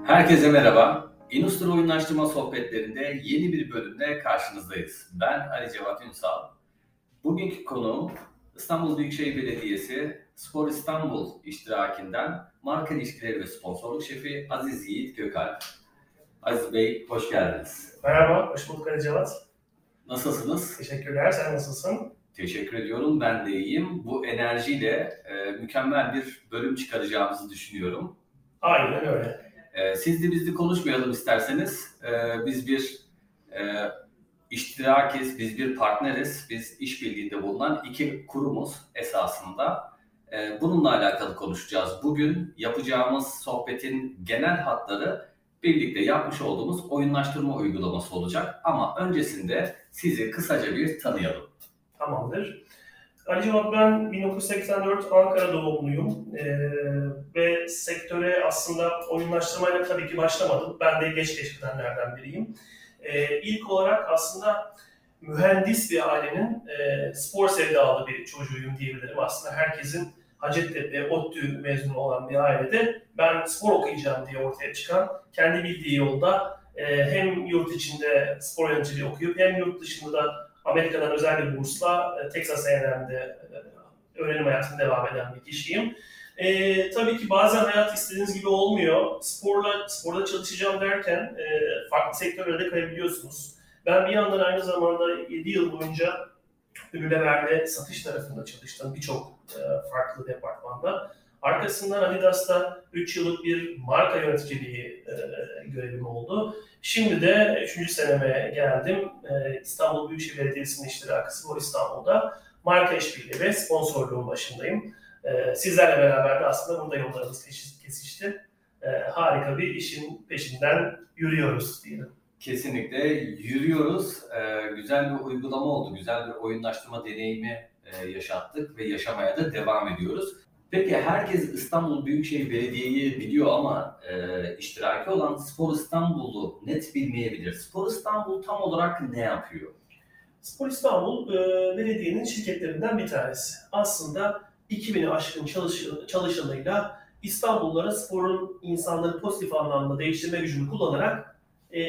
Herkese merhaba. Industri Oyunlaştırma Sohbetlerinde yeni bir bölümde karşınızdayız. Ben Ali Cevat Ünsal. Bugünkü konuğum İstanbul Büyükşehir Belediyesi Spor İstanbul iştirakinden marka ilişkileri ve sponsorluk şefi Aziz Yiğit Gökalp. Aziz Bey, hoş geldiniz. Merhaba, hoş bulduk Ali Cevat. Nasılsınız? Teşekkürler, sen nasılsın? Teşekkür ediyorum, ben de iyiyim. Bu enerjiyle mükemmel bir bölüm çıkaracağımızı düşünüyorum. Aynen öyle. Siz de biz de konuşmayalım isterseniz. Biz bir iştirakiz, biz bir partneriz, biz işbirliğinde bulunan iki kurumuz esasında. Bununla alakalı konuşacağız. Bugün yapacağımız sohbetin genel hatları birlikte yapmış olduğumuz oyunlaştırma uygulaması olacak. Ama öncesinde sizi kısaca bir tanıyalım. Tamamdır. Ali Cevat, ben 1984 Ankara doğumluyum ve sektöre aslında oyunlaştırmayla tabii ki başlamadım. Ben de geç keşfedenlerden biriyim. İlk olarak aslında mühendis bir ailenin spor sevdalı bir çocuğuyum diyebilirim. Aslında herkesin Hacettepe, ODTÜ mezunu olan bir ailede ben spor okuyacağım diye ortaya çıkan, kendi bildiği yolda hem yurt içinde spor yöneticiliği okuyup hem yurt dışında da Amerika'dan özel bir bursla Texas A&M'de öğrenim hayatına devam eden bir kişiyim. Tabii ki bazen hayat istediğiniz gibi olmuyor. Sporda çalışacağım derken farklı sektörlerde kayabiliyorsunuz. Ben bir yandan aynı zamanda 7 yıl boyunca Unilever'de satış tarafında çalıştım birçok farklı departmanda. Arkasından Adidas'ta 3 yıllık bir marka yöneticiliği görevim oldu. Şimdi de 3. seneme geldim. İstanbul Büyükşehir Belediyesi'nin iştirakı Spor İstanbul'da marka işbirliği ve sponsorluğun başındayım. Sizlerle beraber de aslında burada yollarımız kesişti. Harika bir işin peşinden yürüyoruz diyelim. Kesinlikle yürüyoruz. Güzel bir uygulama oldu, güzel bir oyunlaştırma deneyimi yaşattık ve yaşamaya da devam ediyoruz. Peki herkes İstanbul Büyükşehir Belediye'yi biliyor ama iştiraki olan Spor İstanbul'u net bilmeyebilir. Spor İstanbul tam olarak ne yapıyor? Spor İstanbul belediyenin şirketlerinden bir tanesi. Aslında 2000'i aşkın çalışanıyla İstanbullulara sporun insanları pozitif anlamda değiştirme gücünü kullanarak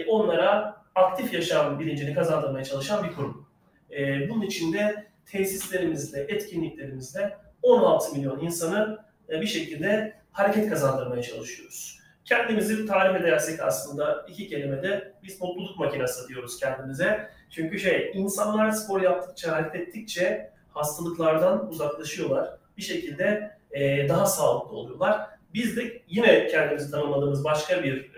onlara aktif yaşam bilincini kazandırmaya çalışan bir kurum. Bunun içinde tesislerimizle, etkinliklerimizle 16 milyon insanı bir şekilde hareket kazandırmaya çalışıyoruz. Kendimizi tarif edersek aslında iki kelimede biz mutluluk makinesi diyoruz kendimize. Çünkü insanlar spor yaptıkça, hareket ettikçe hastalıklardan uzaklaşıyorlar. Bir şekilde daha sağlıklı oluyorlar. Biz de yine kendimizi tanımladığımız başka bir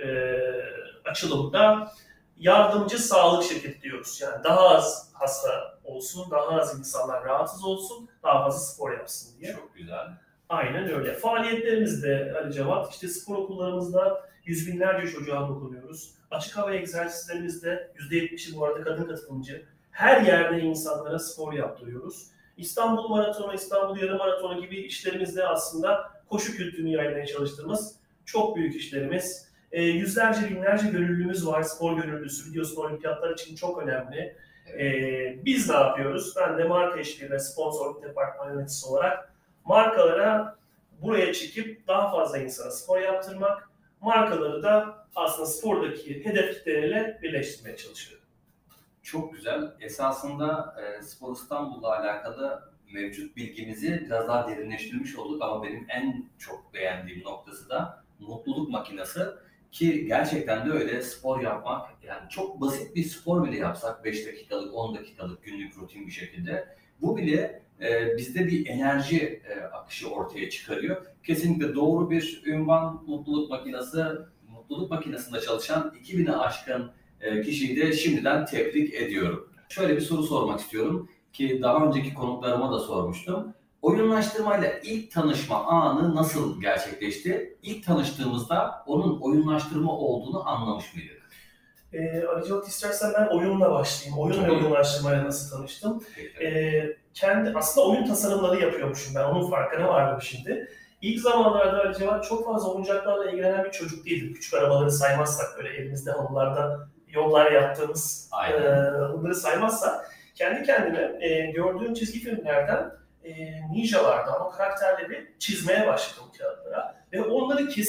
açılımda yardımcı sağlık şirketi diyoruz. Yani daha az hasta olsun, daha az insanlar rahatsız olsun, daha fazla spor yapsın diye. Çok güzel. Aynen öyle. Faaliyetlerimizde Ali Cevat, işte spor okullarımızda yüz binlerce çocuğa dokunuyoruz. Açık hava egzersizlerimizde %70'i bu arada kadın katılımcı. Her yerde insanlara spor yaptırıyoruz. İstanbul Maratonu, İstanbul Yarım Maratonu gibi işlerimizde aslında koşu kültürünü yaymaya çalıştığımız çok büyük işlerimiz. Yüzlerce, binlerce gönüllümüz var. Spor gönüllüsü, biliyorsun olimpiyatlar için çok önemli. Biz ne yapıyoruz? Ben de marka işbirliği ve sponsorluk departmanı yöneticisi olarak markalara buraya çekip daha fazla insana spor yaptırmak, markaları da aslında spordaki hedef kitleleriyle birleştirmeye çalışıyorum. Çok güzel. Esasında Spor İstanbul'la alakalı mevcut bilgimizi biraz daha derinleştirmiş olduk ama benim en çok beğendiğim noktası da mutluluk makinesi ki gerçekten de öyle spor yapmak yani çok basit bir spor bile yapsak 5 dakikalık 10 dakikalık günlük rutin bir şekilde bu bile bizde bir enerji akışı ortaya çıkarıyor. Kesinlikle doğru bir ünvan mutluluk makinesi. Mutluluk makinesinde çalışan 2000'e aşkın kişiyi de şimdiden tebrik ediyorum. Şöyle bir soru sormak istiyorum ki daha önceki konuklarıma da sormuştum. Oyunlaştırmayla ilk tanışma anı nasıl gerçekleşti? İlk tanıştığımızda onun oyunlaştırma olduğunu anlamış mıydık? Ali Cevat, istersen ben oyunla başlayayım. Oyun ve oyunlaştırmayla nasıl tanıştım? Aslında oyun tasarımları yapıyormuşum ben. Onun farkına vardım şimdi. İlk zamanlarda Ali Cevat çok fazla oyuncaklarla ilgilenen bir çocuk değildim. Küçük arabaları saymazsak, böyle elimizde halılarda yollar yaptığımız bunları saymazsak, kendi kendime gördüğüm çizgi filmlerden ninjalardan o karakterleri çizmeye başladım kağıtlara. Ve onları kesip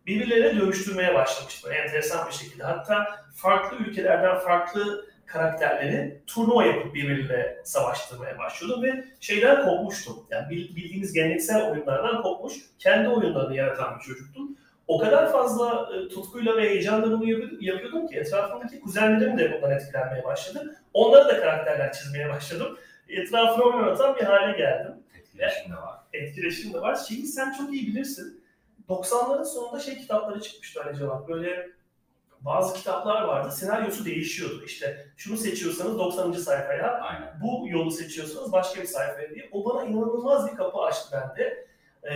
birbirleriyle dövüştürmeye başlamıştı. Enteresan bir şekilde. Hatta farklı ülkelerden farklı karakterleri turnuva yapıp birbiriyle savaştırmaya başlıyordum ve şeyden kopmuştum. Yani bildiğimiz geleneksel oyunlardan kopmuş, kendi oyunlarını yaratan bir çocuktum. O kadar fazla tutkuyla ve heyecanla bunu yapıyordum ki etrafımdaki kuzenlerim de bundan etkilenmeye başladı. Onlara da karakterler çizmeye başladım. Etrafını oynatan bir hale geldim. Etkileşim de var. Etkileşim de var. Şeyi sen çok iyi bilirsin. 90'ların sonunda kitapları çıkmıştı Ali Cevat. Böyle bazı kitaplar vardı. Senaryosu değişiyordu. İşte şunu seçiyorsanız 90. sayfaya, Aynen. bu yolu seçiyorsanız başka bir sayfaya diye. O bana inanılmaz bir kapı açtı bende.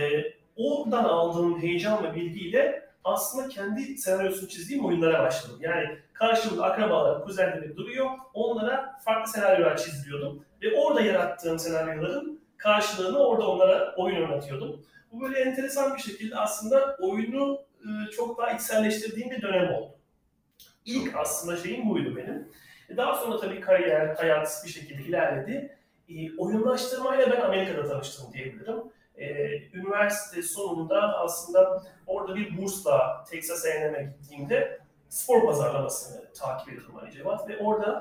Oradan aldığım heyecan ve bilgiyle aslında kendi senaryosunu çizdiğim oyunlara başladım. Yani karşımda akrabalarım, kuzenlerim duruyor. Onlara farklı senaryolar çizdiriyordum. Ve orada yarattığım senaryoların karşılığını orada onlara oyun oynatıyordum. Bu böyle enteresan bir şekilde aslında oyunu çok daha içselleştirdiğim bir dönem oldu. İlk aslında şeyim buydu benim. Daha sonra tabii kariyer, hayat bir şekilde ilerledi. Oyunlaştırmayla ben Amerika'da tanıştım diyebilirim. Üniversite sonunda aslında orada bir bursla Texas A&M'e gittiğimde spor pazarlamasını takip ediyordum Ali Cevat ve orada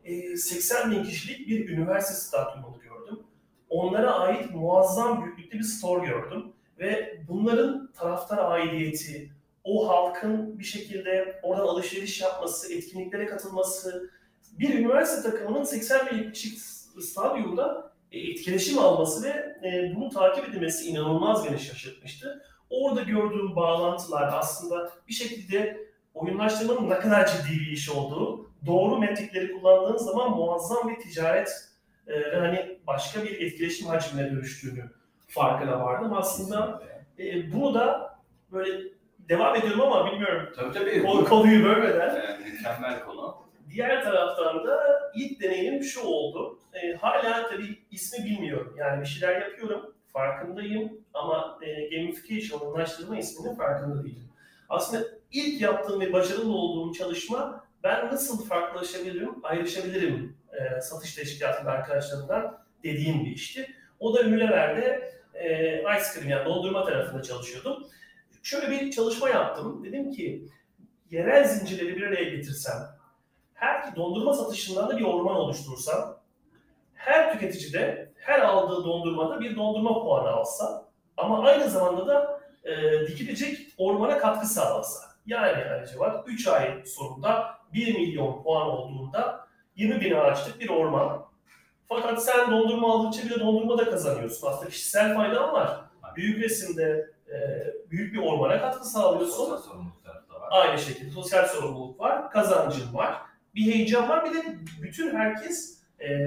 80 bin kişilik bir üniversite stadyumunu gördüm. Onlara ait muazzam büyüklükte bir store gördüm ve bunların taraftar aidiyeti, o halkın bir şekilde oradan alışveriş yapması, etkinliklere katılması, bir üniversite takımının 80 bin kişilik stadyumda etkileşim alması ve bunu takip edilmesi inanılmaz beni şaşırtmıştı. Orada gördüğüm bağlantılar aslında bir şekilde oyunlaştırmanın ne kadar ciddi bir iş olduğu, doğru metrikleri kullandığınız zaman muazzam bir ticaret ve hani başka bir etkileşim hacmine dönüştüğünü farkına vardım. Aslında bunu da böyle devam ediyorum ama bilmiyorum. Tabii. Konuyu bölmeden. Mükemmel konu. Diğer taraftan da ilk deneyimim şu oldu. Hala tabii ismi bilmiyorum. Yani bir şeyler yapıyorum, farkındayım ama gamification, oyunlaştırma isminin farkında değilim. Aslında ilk yaptığım ve başarılı olduğum çalışma ben nasıl farklılaşabilirim, ayrışabilirim satış teşkilatında arkadaşlarımdan dediğim bir işti. O da Unilever'de ice cream yani dondurma tarafında çalışıyordum. Şöyle bir çalışma yaptım. Dedim ki yerel zincirleri bir araya getirsem, her dondurma satışından da bir orman oluşturursam, her tüketici de her aldığı dondurmada bir dondurma puanı alsa ama aynı zamanda da dikilecek ormana katkı sağlasa. Yani Cevat 3 ay sonunda 1 milyon puan olduğunda 20 bin ağaçlık bir orman. Fakat sen dondurma aldıkça bir de dondurma da kazanıyorsun. Aslında kişisel faydan var. Büyük resimde büyük bir ormana katkı sağlıyorsun. Sosyal sorumluluk tarafı da var. Aynı şekilde sosyal sorumluluk var, kazancın var, bir heyecan var. Bir de bütün herkes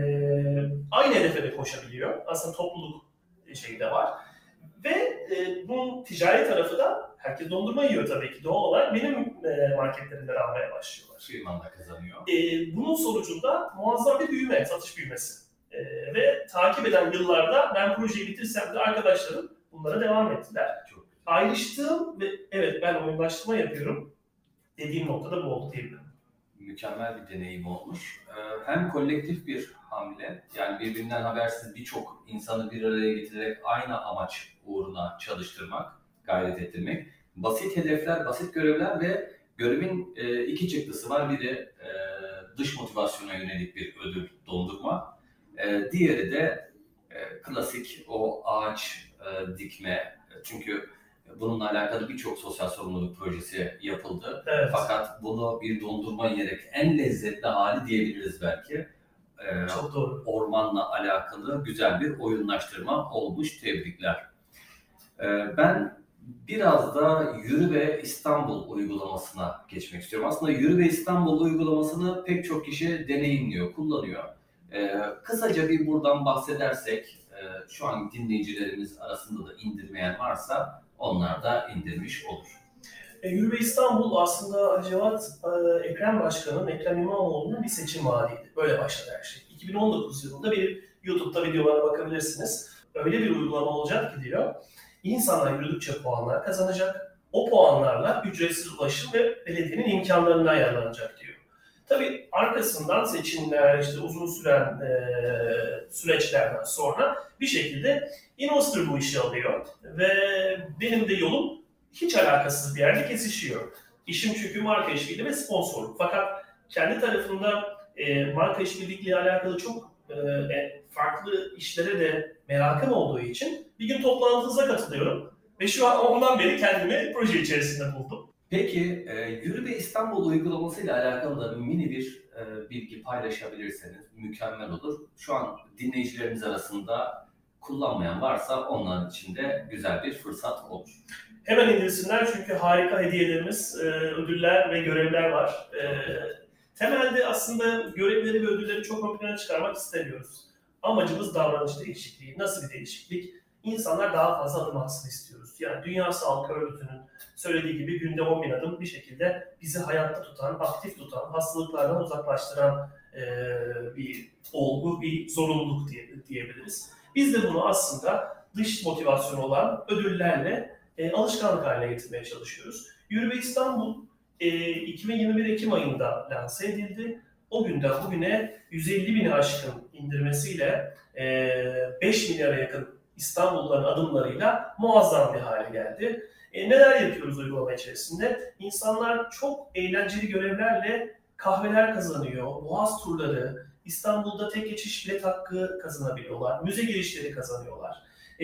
aynı hedefe de koşabiliyor. Aslında topluluk şeyi de var. Ve bunun ticari tarafı da herkes dondurma yiyor tabii ki. Doğal olarak benim marketlerimden almaya başlıyorlar. Firman da kazanıyor. Bunun sonucunda muazzam bir büyüme, satış büyümesi. Ve takip eden yıllarda ben projeyi bitirsem de arkadaşlarım bunlara devam ettiler. Çok güzel. Ayrıştığım ve evet ben oyunlaştırma yapıyorum dediğim noktada bu oldu diyebilirim. Mükemmel bir deneyim olmuş. Hem kolektif bir hamle, yani birbirinden habersiz birçok insanı bir araya getirerek aynı amaç uğruna çalıştırmak, gayret ettirmek. Basit hedefler, basit görevler ve görevin iki çıktısı var. Biri dış motivasyona yönelik bir ödül, dondurma. Diğeri de klasik o ağaç dikme. Çünkü bununla alakalı birçok sosyal sorumluluk projesi yapıldı. Evet. Fakat bunu bir dondurma yiyerek en lezzetli hali diyebiliriz belki. Çok doğru. Ormanla alakalı güzel bir oyunlaştırma olmuş. Tebrikler. Ben biraz da Yürü ve İstanbul uygulamasına geçmek istiyorum. Aslında Yürü ve İstanbul uygulamasını pek çok kişi deneyimliyor, kullanıyor. Kısaca bir buradan bahsedersek, şu an dinleyicilerimiz arasında da indirmeyen varsa onlar da indirmiş olur. Yürü ve İstanbul aslında Ali Cevat, Ekrem Başkan'ın, Ekrem İmamoğlu'nun bir seçim vaadiydi. Böyle başladı her şey. 2019 yılında bir YouTube'da videolara bakabilirsiniz. Öyle bir uygulama olacak ki diyor, insanlar yürüdükçe puanlar kazanacak. O puanlarla ücretsiz ulaşım ve belediyenin imkanlarına ayarlanacak diyor. Tabii arkasından seçimler, işte uzun süren süreçlerden sonra bir şekilde investor bu işi alıyor ve benim de yolum hiç alakasız bir yerde kesişiyor. İşim çünkü marka işbirliği ve sponsorluk. Fakat kendi tarafında marka işbirliğiyle alakalı çok farklı işlere de merakım olduğu için bir gün toplantınıza katılıyorum. Ve şu an ondan beri kendimi proje içerisinde buldum. Peki Yürü Be İstanbul uygulamasıyla alakalı da mini bir bilgi paylaşabilirseniz mükemmel olur. Şu an dinleyicilerimiz arasında kullanmayan varsa onlar için de güzel bir fırsat olur. Hemen indirsinler çünkü harika hediyelerimiz, ödüller ve görevler var. Temelde aslında görevleri ve ödülleri çok ön plana çıkarmak istemiyoruz. Amacımız davranış değişikliği. Nasıl bir değişiklik? İnsanlar daha fazla adım atsın istiyoruz. Yani Dünya Sağlık Örgütü'nün söylediği gibi günde 10.000 adım bir şekilde bizi hayatta tutan, aktif tutan, hastalıklardan uzaklaştıran bir olgu, bir zorunluluk diyebiliriz. Biz de bunu aslında dış motivasyon olan ödüllerle alışkanlık haline getirmeye çalışıyoruz. Yürü Be İstanbul 2021 Ekim ayında lanse edildi. O günden bugüne 150 bini aşkın indirmesiyle 5 milyara yakın İstanbulluların adımlarıyla muazzam bir hale geldi. Neler yapıyoruz uygulama içerisinde? İnsanlar çok eğlenceli görevlerle kahveler kazanıyor, boğaz turları, İstanbul'da tek geçiş bilet hakkı kazanabiliyorlar, müze girişleri kazanıyorlar.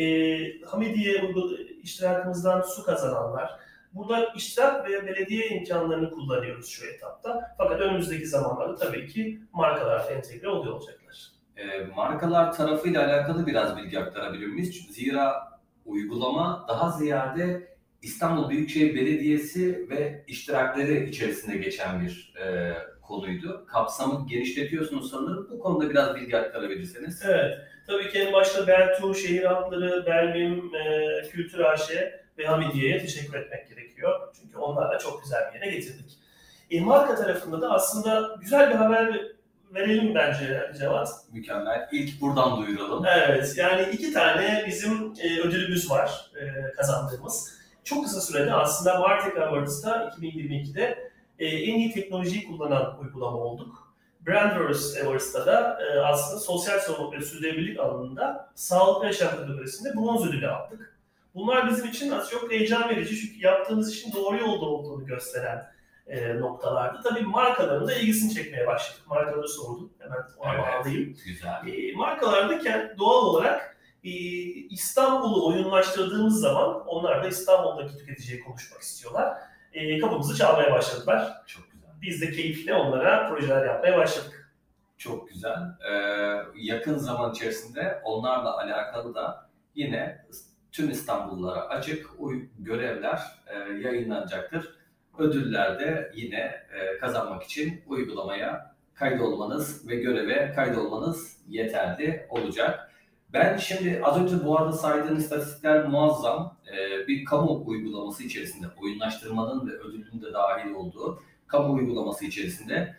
Hamidiye iştirakımızdan su kazananlar. Burada iştirak ve belediye imkanlarını kullanıyoruz şu etapta. Fakat önümüzdeki zamanlarda tabii ki markalar entegre oluyor olacaklar. Markalar tarafıyla alakalı biraz bilgi aktarabilir miyiz? Zira uygulama daha ziyade İstanbul Büyükşehir Belediyesi ve iştirakleri içerisinde geçen bir konuydu. Kapsamı genişletiyorsunuz sanırım. Bu konuda biraz bilgi aktarabilirseniz. Evet. Tabii ki en başta Beltur, Şehir Hatları, Belmim, Kültür AŞ ve Hamidiye'ye teşekkür etmek gerekiyor. Çünkü onlarla çok güzel bir yere getirdik. Marka tarafında da aslında güzel bir haber verelim bence Cevat. Mükemmel. İlk buradan duyuralım. Evet, yani 2 tane bizim ödülümüz var kazandığımız. Çok kısa sürede aslında Martech Awards'ta 2022'de en iyi teknolojiyi kullanan uygulama olduk. Brandverse Awards'ta da aslında sosyal sorumluluk ve sürdürülebilirlik alanında sağlık ve yaşam kategorisinde bronz ödülü aldık. Bunlar bizim için az çok heyecan verici çünkü yaptığımız işin doğru yolda olduğunu gösteren noktalardı. Tabii markaların da ilgisini çekmeye başladık. Markaları sordum. Hemen ona bağlayayım. Güzel. Markalardayken doğal olarak İstanbul'u oyunlaştırdığımız zaman onlar da İstanbul'daki tüketiciye konuşmak istiyorlar. Kapımızı çalmaya başladılar. Çok güzel. Biz de keyifle onlara projeler yapmaya başladık. Çok güzel. Yakın zaman içerisinde onlarla alakalı da yine tüm İstanbullulara açık görevler yayınlanacaktır. Ödüller de yine kazanmak için uygulamaya kaydolmanız ve göreve kaydolmanız yeterli olacak. Ben şimdi az önce bu arada saydığım istatistikler muazzam. Bir kamu uygulaması içerisinde oyunlaştırmanın ve ödülün de dahil olduğu kamu uygulaması içerisinde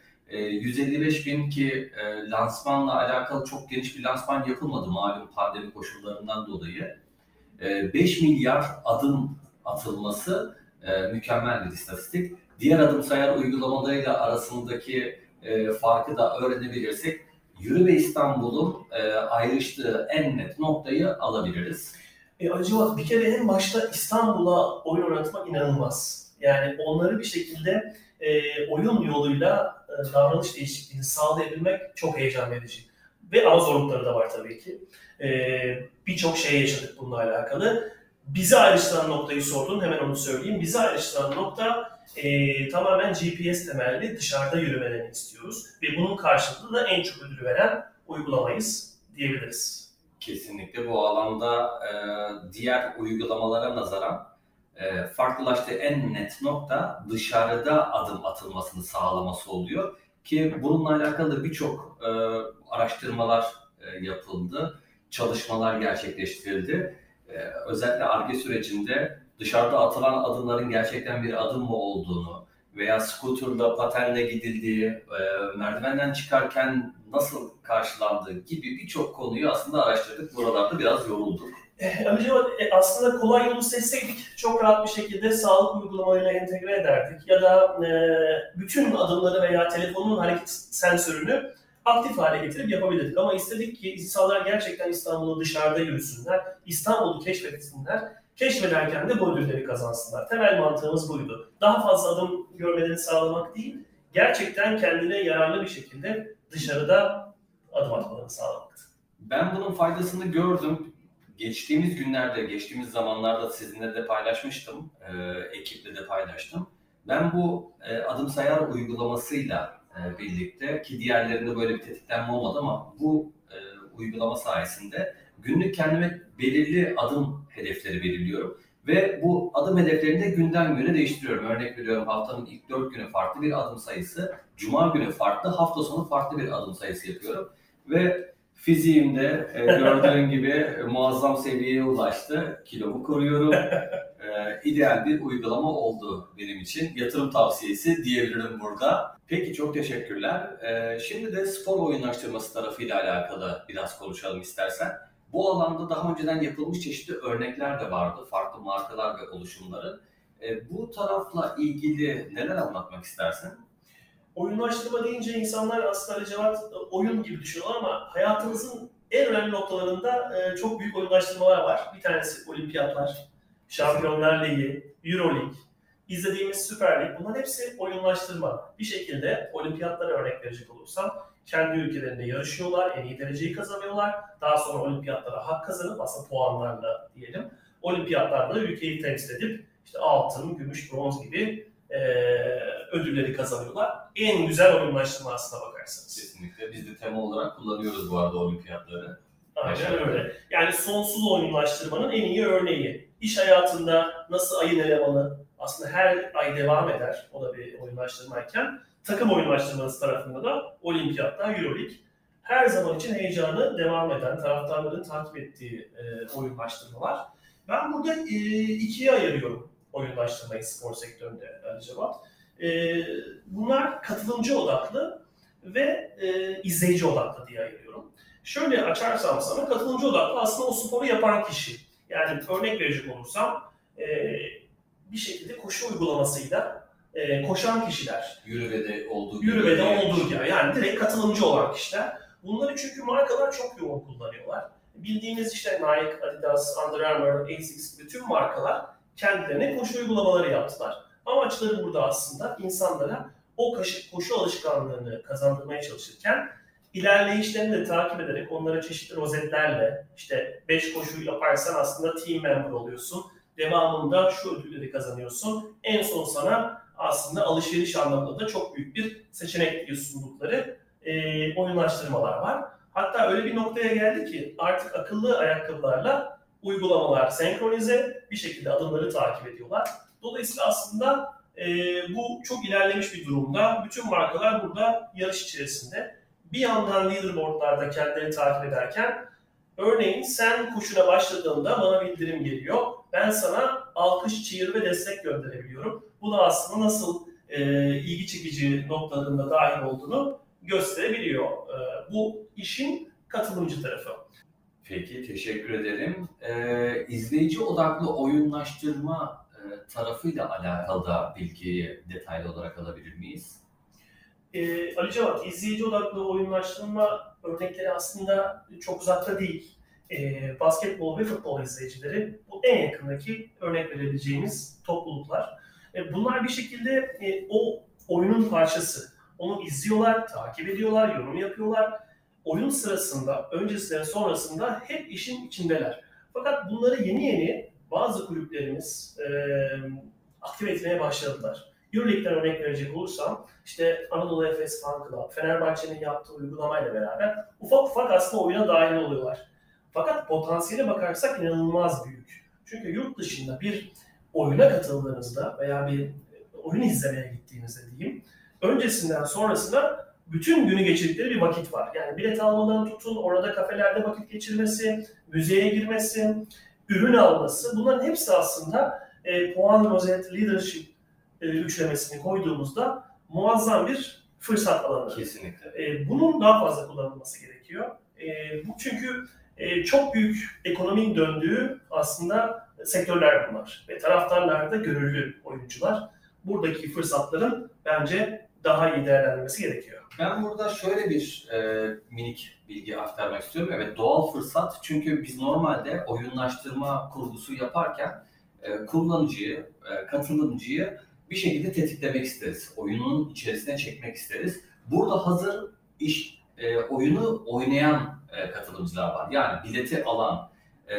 155 bin ki lansmanla alakalı çok geniş bir lansman yapılmadı malum pandemi koşullarından dolayı. 5 milyar adım atılması mükemmel bir istatistik. Diğer adımsayar uygulamalarıyla arasındaki farkı da öğrenebilirsek Yürü Be İstanbul'un ayrıştığı en net noktayı alabiliriz. Acaba bir kere en başta İstanbul'a oyun oynatmak inanılmaz. Yani onları bir şekilde oyun yoluyla davranış değişikliğini sağlayabilmek çok heyecan verici. Ve ama zorlukları da var tabii ki. Birçok şey yaşadık bununla alakalı. Bizi ayrıştıran noktayı sordun, hemen onu söyleyeyim. Bizi ayrıştıran nokta tamamen GPS temelli dışarıda yürümelerini istiyoruz. Ve bunun karşılığında da en çok ödül veren uygulamayız diyebiliriz. Kesinlikle bu alanda diğer uygulamalara nazaran farklılaştığı en net nokta dışarıda adım atılmasını sağlaması oluyor. Ki bununla alakalı birçok araştırmalar yapıldı, çalışmalar gerçekleştirildi. Özellikle Ar-Ge sürecinde dışarıda atılan adımların gerçekten bir adım mı olduğunu veya scooter'la, patenle gidildiği, merdivenden çıkarken nasıl karşılandığı gibi birçok konuyu aslında araştırdık. Buralarda biraz yorulduk. Aslında kolay yolu seçseydik çok rahat bir şekilde sağlık uygulamalarıyla entegre ederdik. Ya da bütün adımları veya telefonun hareket sensörünü aktif hale getirip yapabilirdik. Ama istedik ki insanlar gerçekten İstanbul'u dışarıda yürüsünler, İstanbul'u keşfetsinler Keşfederken de bu ödülleri kazansınlar. Temel mantığımız buydu. Daha fazla adım görmelerini sağlamak değil, gerçekten kendine yararlı bir şekilde dışarıda adım atmalarını sağlamaktı. Ben bunun faydasını gördüm. Geçtiğimiz günlerde, geçtiğimiz zamanlarda sizinle de paylaşmıştım, ekiple de paylaştım. Ben bu adım sayar uygulamasıyla birlikte, ki diğerlerinde böyle bir tetiklenme olmadı ama bu uygulama sayesinde günlük kendime belirli adım hedefleri belirliyorum. Ve bu adım hedeflerini de günden güne değiştiriyorum. Örnek veriyorum, haftanın ilk 4 günü farklı bir adım sayısı, cuma günü farklı, hafta sonu farklı bir adım sayısı yapıyorum. Ve fiziğimde gördüğün gibi muazzam seviyeye ulaştı. Kilomu koruyorum. İdeal bir uygulama oldu benim için. Yatırım tavsiyesi diyebilirim burada. Peki, çok teşekkürler. Şimdi de spor oyunlaştırması tarafıyla alakalı biraz konuşalım istersen. Bu alanda daha önceden yapılmış çeşitli örnekler de vardı. Farklı markalar ve oluşumların. Bu tarafla ilgili neler anlatmak istersin? Oyunlaştırma deyince insanlar aslında Ali Cevat oyun gibi düşünüyorlar ama hayatımızın en önemli noktalarında çok büyük oyunlaştırmalar var. Bir tanesi olimpiyatlar, Şampiyonlar Ligi, Euroleague, izlediğimiz Süper Lig, bunların hepsi oyunlaştırma. Bir şekilde olimpiyatlara örnek verecek olursam kendi ülkelerinde yarışıyorlar, en iyi dereceyi kazanıyorlar. Daha sonra olimpiyatlara hak kazanıp aslında puanlarla diyelim, olimpiyatlarda ülkeyi temsil edip işte altın, gümüş, bronz gibi ödülleri kazanıyorlar. En güzel oyunlaştırma aslına bakarsanız. Kesinlikle. Biz de tema olarak kullanıyoruz bu arada olimpiyatları. Aynen öyle. Yani sonsuz oyunlaştırmanın en iyi örneği. İş hayatında nasıl ayın elemanı aslında her ay devam eder. O da bir oyunlaştırmayken. Takım oyunlaştırması tarafında da olimpiyatlar, Euroleague. Her zaman için heyecanı devam eden, taraftarların takip ettiği oyunlaştırmalar. Ben burada ikiye ayırıyorum oyunlaştırmayı spor sektöründe Ali Cevat. Bunlar katılımcı odaklı ve izleyici odaklı diye ayırıyorum. Şöyle açarsam sana, katılımcı odaklı aslında o sporu yapan kişi. Yani örnek verecek olursam bir şekilde koşu uygulamasıyla koşan kişiler. Yürüvede olduğu gibi. Yani direkt katılımcı olan kişiler. Bunları çünkü markalar çok yoğun kullanıyorlar. Bildiğimiz işte Nike, Adidas, Under Armour, ASICS gibi tüm markalar kendilerine koşu uygulamaları yaptılar. Amaçları burada aslında insanlara o koşu alışkanlığını kazandırmaya çalışırken ilerleyişlerini de takip ederek onlara çeşitli rozetlerle işte 5 koşu yaparsan aslında team member oluyorsun. Devamında şu ödülleri kazanıyorsun. En son sana aslında alışveriş anlamında da çok büyük bir seçenek diye sundukları oyunlaştırmalar var. Hatta öyle bir noktaya geldi ki artık akıllı ayakkabılarla uygulamalar senkronize bir şekilde adımları takip ediyorlar. Dolayısıyla aslında bu çok ilerlemiş bir durumda. Bütün markalar burada yarış içerisinde. Bir yandan leaderboardlarda kendilerini takip ederken örneğin sen koşuna başladığında bana bildirim geliyor. Ben sana alkış, cheer ve destek gönderebiliyorum. Bu da aslında nasıl ilgi çekici noktalarında dahil olduğunu gösterebiliyor. Bu işin katılımcı tarafı. Peki, teşekkür ederim. İzleyici odaklı oyunlaştırma tarafıyla alakalı da bilgiyi detaylı olarak alabilir miyiz? Ali Cevat, izleyici odaklı oyunlaştırma örnekleri aslında çok uzakta değil. Basketbol ve futbol izleyicileri bu en yakındaki örnek verebileceğimiz topluluklar. Bunlar bir şekilde o oyunun parçası. Onu izliyorlar, takip ediyorlar, yorum yapıyorlar. Oyun sırasında, öncesinde, sonrasında hep işin içindeler. Fakat bunları yeni bazı kulüplerimiz aktive etmeye başladılar. Euroleague'den örnek verecek olursam, işte Anadolu Efes Fan Club, Fenerbahçe'nin yaptığı uygulamayla beraber ufak aslında oyuna dahil oluyorlar. Fakat potansiyele bakarsak inanılmaz büyük. Çünkü yurt dışında bir oyuna katıldığınızda veya bir oyun izlemeye gittiğinizde diyeyim, öncesinden sonrasında bütün günü geçirdikleri bir vakit var. Yani bilet almadan tutun, orada kafelerde vakit geçirmesi, müzeye girmesi, ürün alması, bunların hepsi aslında puan, rozet, leadership üçlemesini koyduğumuzda muazzam bir fırsat alanı. Kesinlikle. Bunun daha fazla kullanılması gerekiyor. Bu çünkü çok büyük ekonominin döndüğü aslında sektörler bunlar. Ve taraftarlar da gönüllü oyuncular. Buradaki fırsatların bence daha iyi değerlendirilmesi gerekiyor. Ben burada şöyle bir minik bilgi aktarmak istiyorum. Evet, doğal fırsat, çünkü biz normalde oyunlaştırma kurgusu yaparken kullanıcıyı, katılımcıyı bir şekilde tetiklemek isteriz. Oyunun içerisine çekmek isteriz. Burada hazır oyunu oynayan katılımcılar var. Yani bileti alan,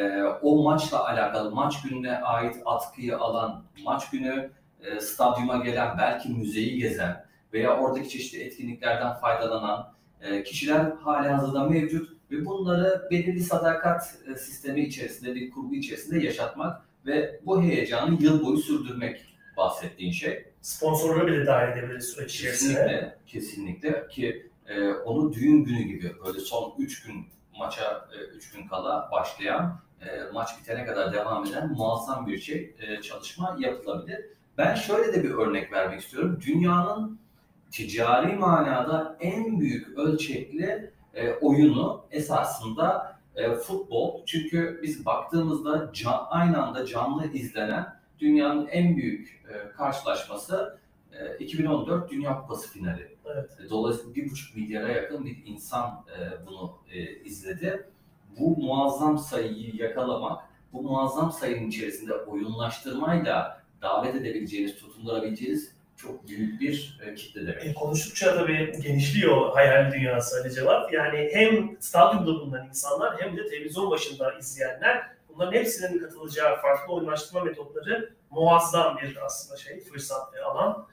o maçla alakalı, maç gününe ait atkıyı alan, maç günü stadyuma gelen, belki müzeyi gezen veya oradaki çeşitli etkinliklerden faydalanan kişiler halihazırda mevcut ve bunları belirli sadakat sistemi içerisinde, bir kurgu içerisinde yaşatmak ve bu heyecanı yıl boyu sürdürmek bahsettiğin şey. Sponsorları bile dahil edebiliriz süreç içerisinde. Kesinlikle, kesinlikle ki onu düğün günü gibi böyle son 3 gün maça 3 gün kala başlayan, maç bitene kadar devam eden muazzam bir çalışma yapılabilir. Ben şöyle de bir örnek vermek istiyorum. Dünyanın ticari manada en büyük ölçekli oyunu esasında futbol. Çünkü biz baktığımızda aynı anda canlı izlenen dünyanın en büyük karşılaşması 2014 Dünya Kupası finali. Evet. Dolayısıyla 1,5 milyara yakın bir insan bunu izledi. Bu muazzam sayıyı yakalamak, bu muazzam sayının içerisinde oyunlaştırmayla davet edebileceğiniz, tutundurabileceğiniz çok büyük bir kitle demek. Konuştukça tabii genişliyor hayal dünyası Ali Cevat. Yani hem stadyumda bulunan insanlar hem de televizyon başında izleyenler, bunların hepsinin katılacağı farklı oyunlaştırma metotları muazzam bir aslında fırsat ve alan.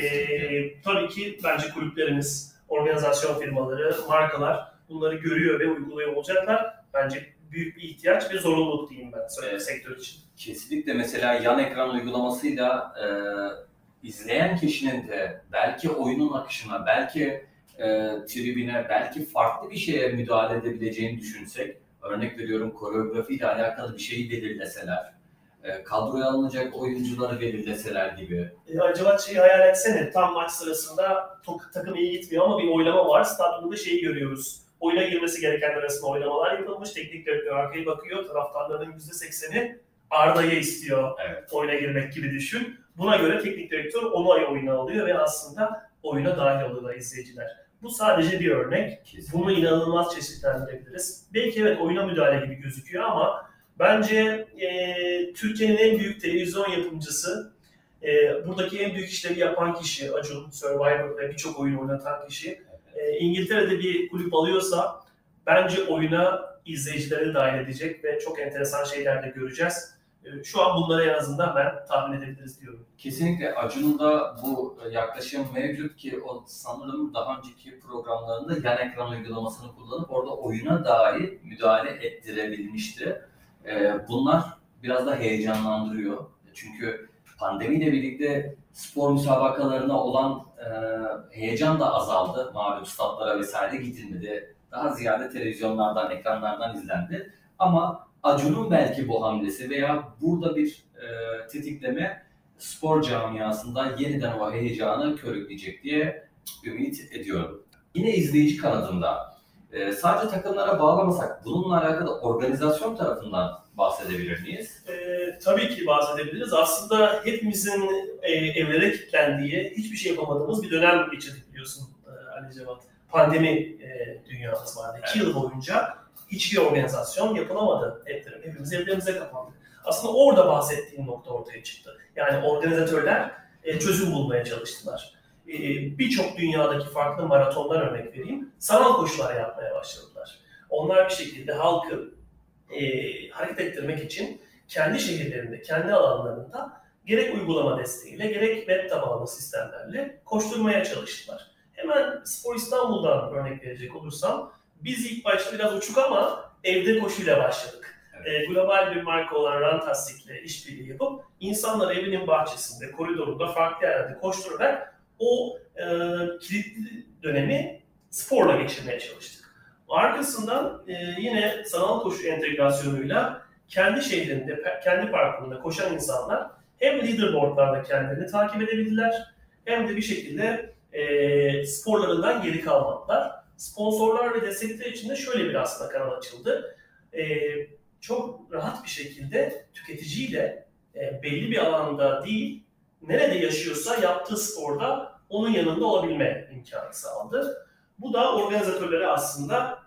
Tabii ki bence kulüplerimiz, organizasyon firmaları, markalar bunları görüyor ve uyguluyor olacaklar. Bence büyük bir ihtiyaç ve zorunluluk diyeyim ben sektör için. Kesinlikle, mesela yan ekran uygulamasıyla izleyen kişinin de belki oyunun akışına, belki tribüne, belki farklı bir şeye müdahale edebileceğini düşünsek, örnek veriyorum koreografiyle alakalı bir şeyi belirleseler, kadroya alınacak oyuncuları belirleseler gibi. Acaba hayal etsene, tam maç sırasında takım iyi gitmiyor ama bir oylama var, stadyumda görüyoruz. Oyuna girmesi gerekenler arasında oylamalar yapılmış, teknik direktör arkaya bakıyor, taraftarların %80'i Arda'yı istiyor, evet, oyuna girmek gibi düşün. Buna göre teknik direktör onu oyuna alıyor ve aslında oyuna dahil oluyorlar izleyiciler. Bu sadece bir örnek. Kesinlikle. Bunu inanılmaz çeşitlendirebiliriz. Belki evet oyuna müdahale gibi gözüküyor ama bence Türkiye'nin en büyük televizyon yapımcısı, buradaki en büyük işleri yapan kişi Acun, Survivor ve birçok oyun oynatan kişi, İngiltere'de bir kulüp alıyorsa bence oyuna izleyicileri dahil edecek ve çok enteresan şeyler de göreceğiz. Şu an bunları en azından ben tahmin edebiliriz diyorum. Kesinlikle Acun'un da bu yaklaşım mevcut ki o sanırım daha önceki programlarında yan ekran uygulamasını kullanıp orada oyuna dahi müdahale ettirebilmişti. Bunlar biraz da heyecanlandırıyor. Çünkü pandemiyle birlikte spor müsabakalarına olan heyecan da azaldı. Malum statlara vesaire gidilmedi. Daha ziyade televizyonlardan, ekranlardan izlendi. Ama Acun'un belki bu hamlesi veya burada bir tetikleme spor camiasında yeniden o heyecanı körükleyecek diye ümit ediyorum. Yine izleyici kanadında sadece takımlara bağlamasak bununla alakalı organizasyon tarafından bahsedebilir miyiz? Tabii ki bahsedebiliriz. Aslında hepimizin evlere kilitlendiği, hiçbir şey yapamadığımız bir dönem geçirdik biliyorsun Ali Cevat. Pandemi dünyamız vardı. 2 yıl boyunca hiçbir organizasyon yapılamadı. Hepimiz evlerimize kapandık. Aslında orada bahsettiğim nokta ortaya çıktı. Yani organizatörler çözüm bulmaya çalıştılar. Birçok dünyadaki farklı maratonlar örnek vereyim. Sanal koşular yapmaya başladılar. Onlar bir şekilde halkı hareket ettirmek için kendi şehirlerinde, kendi alanlarında gerek uygulama desteğiyle, gerek web tabanlı sistemlerle koşturmaya çalıştılar. Hemen Spor İstanbul'dan örnek verecek olursam, biz ilk başta biraz uçuk ama evde koşuyla başladık. Evet. Global bir marka olan Rantastic'le işbirliği yapıp insanlar evinin bahçesinde, koridorunda, farklı yerlerde koşturarak o kilitli dönemi sporla geçirmeye çalıştık. Arkasından yine sanal koşu entegrasyonuyla kendi şehrinde, kendi parkurunda koşan insanlar hem leaderboardlarda kendilerini takip edebildiler hem de bir şekilde sporlarından geri kalmadılar. Sponsorlar ve destekler için de şöyle bir aslında kanal açıldı. Çok rahat bir şekilde tüketiciyle belli bir alanda değil, nerede yaşıyorsa yaptığı sporda onun yanında olabilme imkanı sağladı. Bu da organizatörlere aslında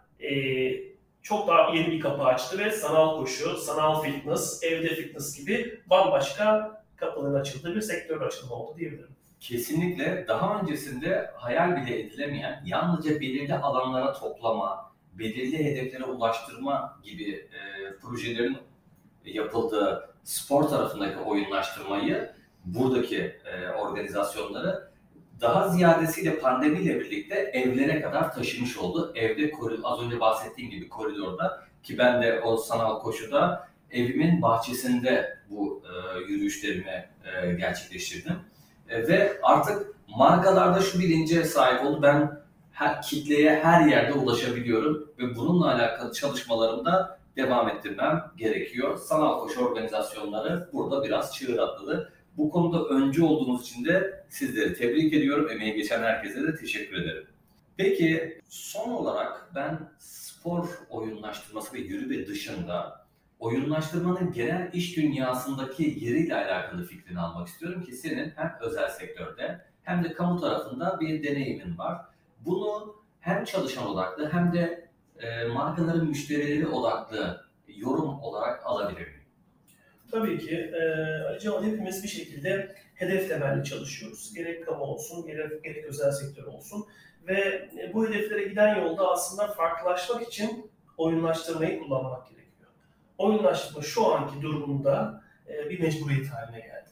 çok daha yeni bir kapı açtı ve sanal koşu, sanal fitness, evde fitness gibi bambaşka kapıların açıldığı bir sektör açılımı oldu diyebilirim. Kesinlikle daha öncesinde hayal bile edilemeyen, yalnızca belirli alanlara toplama, belirli hedeflere ulaştırma gibi projelerin yapıldığı spor tarafındaki oyunlaştırmayı, buradaki organizasyonları daha ziyadesiyle pandemiyle birlikte evlere kadar taşımış oldu. Evde az önce bahsettiğim gibi koridorda, ki ben de o sanal koşuda evimin bahçesinde bu yürüyüşlerimi gerçekleştirdim. Ve artık markalarda şu bilince sahip oldu. Ben kitleye her yerde ulaşabiliyorum ve bununla alakalı çalışmalarımı da devam ettirmem gerekiyor. Sanal koşu organizasyonları burada biraz çığır atladı. Bu konuda öncü olduğunuz için de sizleri tebrik ediyorum. Emeği geçen herkese de teşekkür ederim. Peki son olarak ben spor oyunlaştırması ve yürüme dışında oyunlaştırmanın genel iş dünyasındaki yeriyle alakalı fikrini almak istiyorum ki senin hem özel sektörde hem de kamu tarafında bir deneyimin var. Bunu hem çalışan odaklı hem de markaların müşterileri odaklı yorum olarak alabilir miyim? Tabii ki. Ali Cemal, hepimiz bir şekilde hedef temelli çalışıyoruz. Gerek kamu olsun, gerek özel sektör olsun. Ve bu hedeflere giden yolda aslında farklılaşmak için oyunlaştırmayı kullanmak gerekiyor. Oyunlaştırma şu anki durumunda bir mecburiyet haline geldi.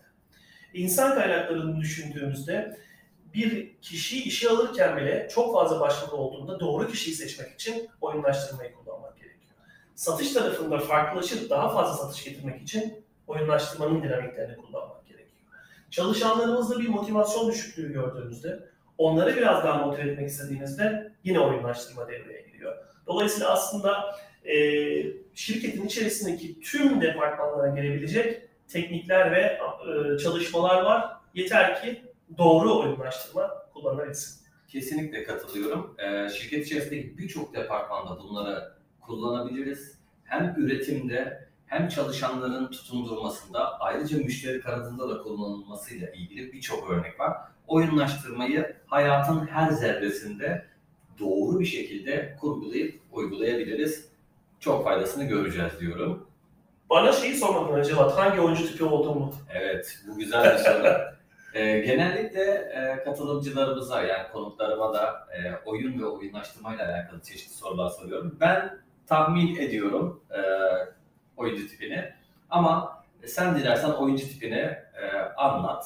İnsan kaynaklarını düşündüğümüzde bir kişiyi işe alırken bile çok fazla başvuru olduğunda doğru kişiyi seçmek için oyunlaştırmayı kullanmak gerekiyor. Satış tarafında farklılaşıp daha fazla satış getirmek için oyunlaştırmanın dinamiklerini kullanmak gerekiyor. Çalışanlarımızda bir motivasyon düşüklüğü gördüğümüzde, onları biraz daha motive etmek istediğimizde yine oyunlaştırma devreye giriyor. Dolayısıyla aslında şirketin içerisindeki tüm departmanlara gelebilecek teknikler ve çalışmalar var. Yeter ki doğru oyunlaştırma kullanılabilsin. Kesinlikle katılıyorum. Şirket içerisindeki birçok departmanda bunları kullanabiliriz. Hem üretimde hem çalışanların tutundurmasında, ayrıca müşteri kanadında da kullanılmasıyla ilgili birçok örnek var. Oyunlaştırmayı hayatın her zerresinde doğru bir şekilde kurgulayıp uygulayabiliriz. Çok faydasını göreceğiz diyorum. Bana şeyi sormadın acaba, hangi oyuncu tipi olduğumu? Evet, bu güzel bir soru. Genellikle katılımcılarımıza, yani konuklarıma da oyun ve oyunlaştırmayla alakalı çeşitli sorular soruyorum. Ben tahmin ediyorum oyuncu tipini, ama sen dilersen oyuncu tipini anlat.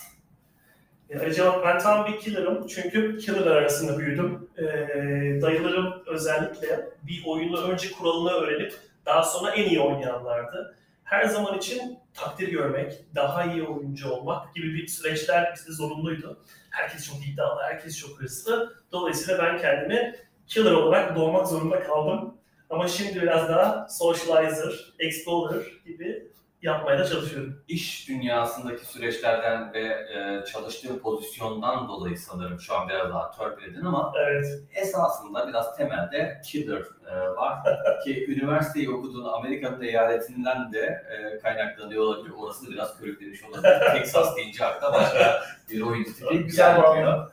Cevap, ben tam bir killer'ım çünkü killer'lar arasında büyüdüm. Dayılarım özellikle bir oyunu önce kuralını öğrenip daha sonra en iyi oynayanlardı. Her zaman için takdir görmek, daha iyi oyuncu olmak gibi bir süreçler bizde zorunluydu. Herkes çok iddialı, herkes çok hırslı. Dolayısıyla ben kendimi killer olarak doğmak zorunda kaldım. Ama şimdi biraz daha socializer, explorer gibi yapmaya da çalışıyorum. İş dünyasındaki süreçlerden ve çalıştığım pozisyondan dolayı sanırım şu an biraz daha törpüledin, ama Evet. esasında biraz temelde killer var ki üniversiteyi okuduğun Amerika'nın eyaletinden de kaynaklanıyor olabilir. Orası da biraz körüklemiş olabilir. Texas deyince akla başka bir oyuncu tipi Güzel gelmiyor.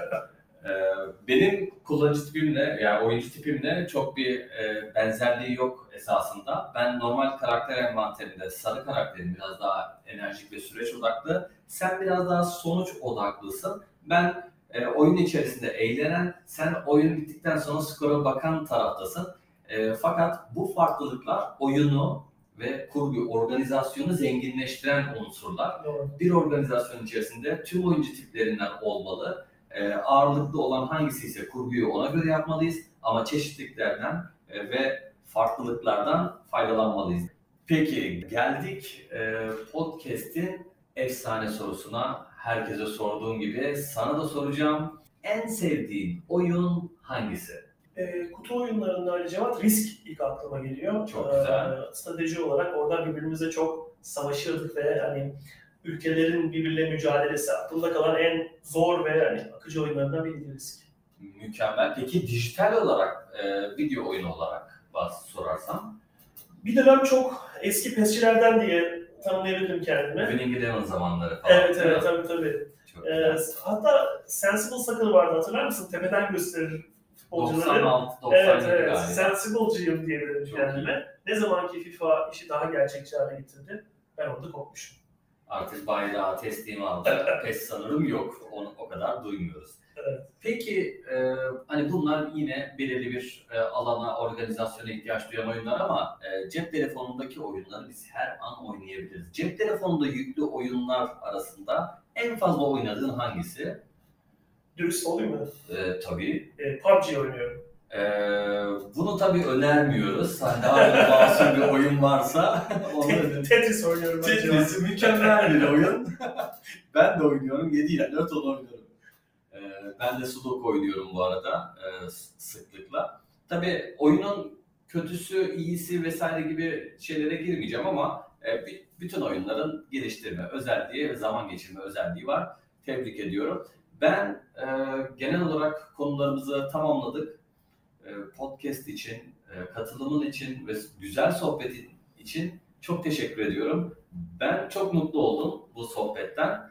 Benim kullanıcı tipimle, yani oyuncu tipimle çok bir benzerliği yok esasında. Ben normal karakter envanterinde sarı karakterim, biraz daha enerjik ve süreç odaklı. Sen biraz daha sonuç odaklısın. Ben oyun içerisinde eğlenen, sen oyun bittikten sonra skora bakan taraftasın. Fakat bu farklılıklar oyunu ve kurgu, organizasyonu zenginleştiren unsurlar. Doğru. Bir organizasyon içerisinde tüm oyuncu tiplerinden olmalı. Ağırlıklı olan hangisi ise kurguyu ona göre yapmalıyız, ama çeşitliliklerden ve farklılıklardan faydalanmalıyız. Peki geldik podcast'in efsane sorusuna. Herkese sorduğum gibi sana da soracağım. En sevdiğin oyun hangisi? Kutu oyunlarında Ali Cevat, Risk ilk aklıma geliyor. Çok güzel. Strateji olarak orada birbirimize çok savaşırdık ve hani ülkelerin birbirle mücadelesi, aklımda kalan en zor ve hani akıcı oyunlarından biri Risk. Mükemmel. Peki dijital olarak, video oyunu olarak sorarsam? Bir dönem çok eski PES'çilerden diye tanımlayabilirim kendimi. Winning Eleven zamanları falan. Evet, değil mi? tabii. Çok güzel. Hatta Sensible Sakal vardı, hatırlar mısın? Tepeden gösterir futbolcuları. 96-97 Evet. galiba. Sensible'cıyım diyebilirim Çok kendime. Ne zaman ki FIFA işi daha gerçekçi hale getirdi, ben orada kopmuşum. Artık bayrağı teslim aldı. PES sanırım yok. Onu o kadar duymuyoruz. Evet. Peki hani bunlar yine belirli bir alana, organizasyona ihtiyaç duyan oyunlar ama cep telefonundaki oyunları biz her an oynayabiliriz. Cep telefonunda yüklü oyunlar arasında en fazla oynadığın hangisi? Dürüst olayım mı? Tabii. PUBG oynuyorum. Bunu tabii önermiyoruz. Hani daha böyle masum bir oyun varsa onu Tetris oynuyorum. Tetris mükemmel bir oyun. Ben de oynuyorum. 7/24 onu oynuyorum. Ben de Sudoku oynuyorum bu arada sıklıkla. Tabii oyunun kötüsü, iyisi vesaire gibi şeylere girmeyeceğim ama bütün oyunların geliştirme özelliği ve zaman geçirme özelliği var. Tebrik ediyorum. Ben genel olarak konularımızı tamamladık. Podcast için, katılımın için ve güzel sohbetin için çok teşekkür ediyorum. Ben çok mutlu oldum bu sohbetten.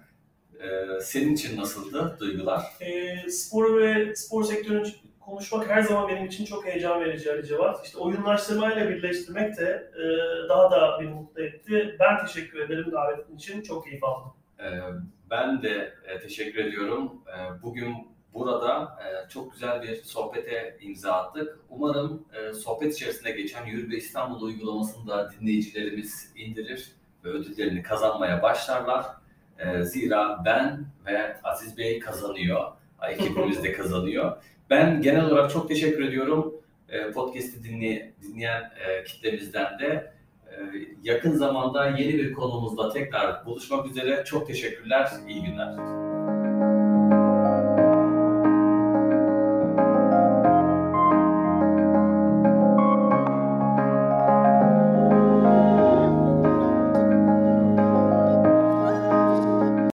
Senin için nasıldı duygular? Spor ve spor sektörünü konuşmak her zaman benim için çok heyecan verici Ali Cevat. İşte oyunlaştırmayla birleştirmek de daha da beni mutlu etti. Ben teşekkür ederim davetin için. Çok keyif aldım. Ben de teşekkür ediyorum. Bugün burada çok güzel bir sohbete imza attık. Umarım sohbet içerisinde geçen Yürü Be İstanbul uygulamasını da dinleyicilerimiz indirir ve ödüllerini kazanmaya başlarlar. Zira ben ve Aziz Bey kazanıyor. Ekibimiz de kazanıyor. Ben genel olarak çok teşekkür ediyorum. Podcast'i dinleyen kitlemizden de. Yakın zamanda yeni bir konumuzda tekrar buluşmak üzere. Çok teşekkürler. İyi günler.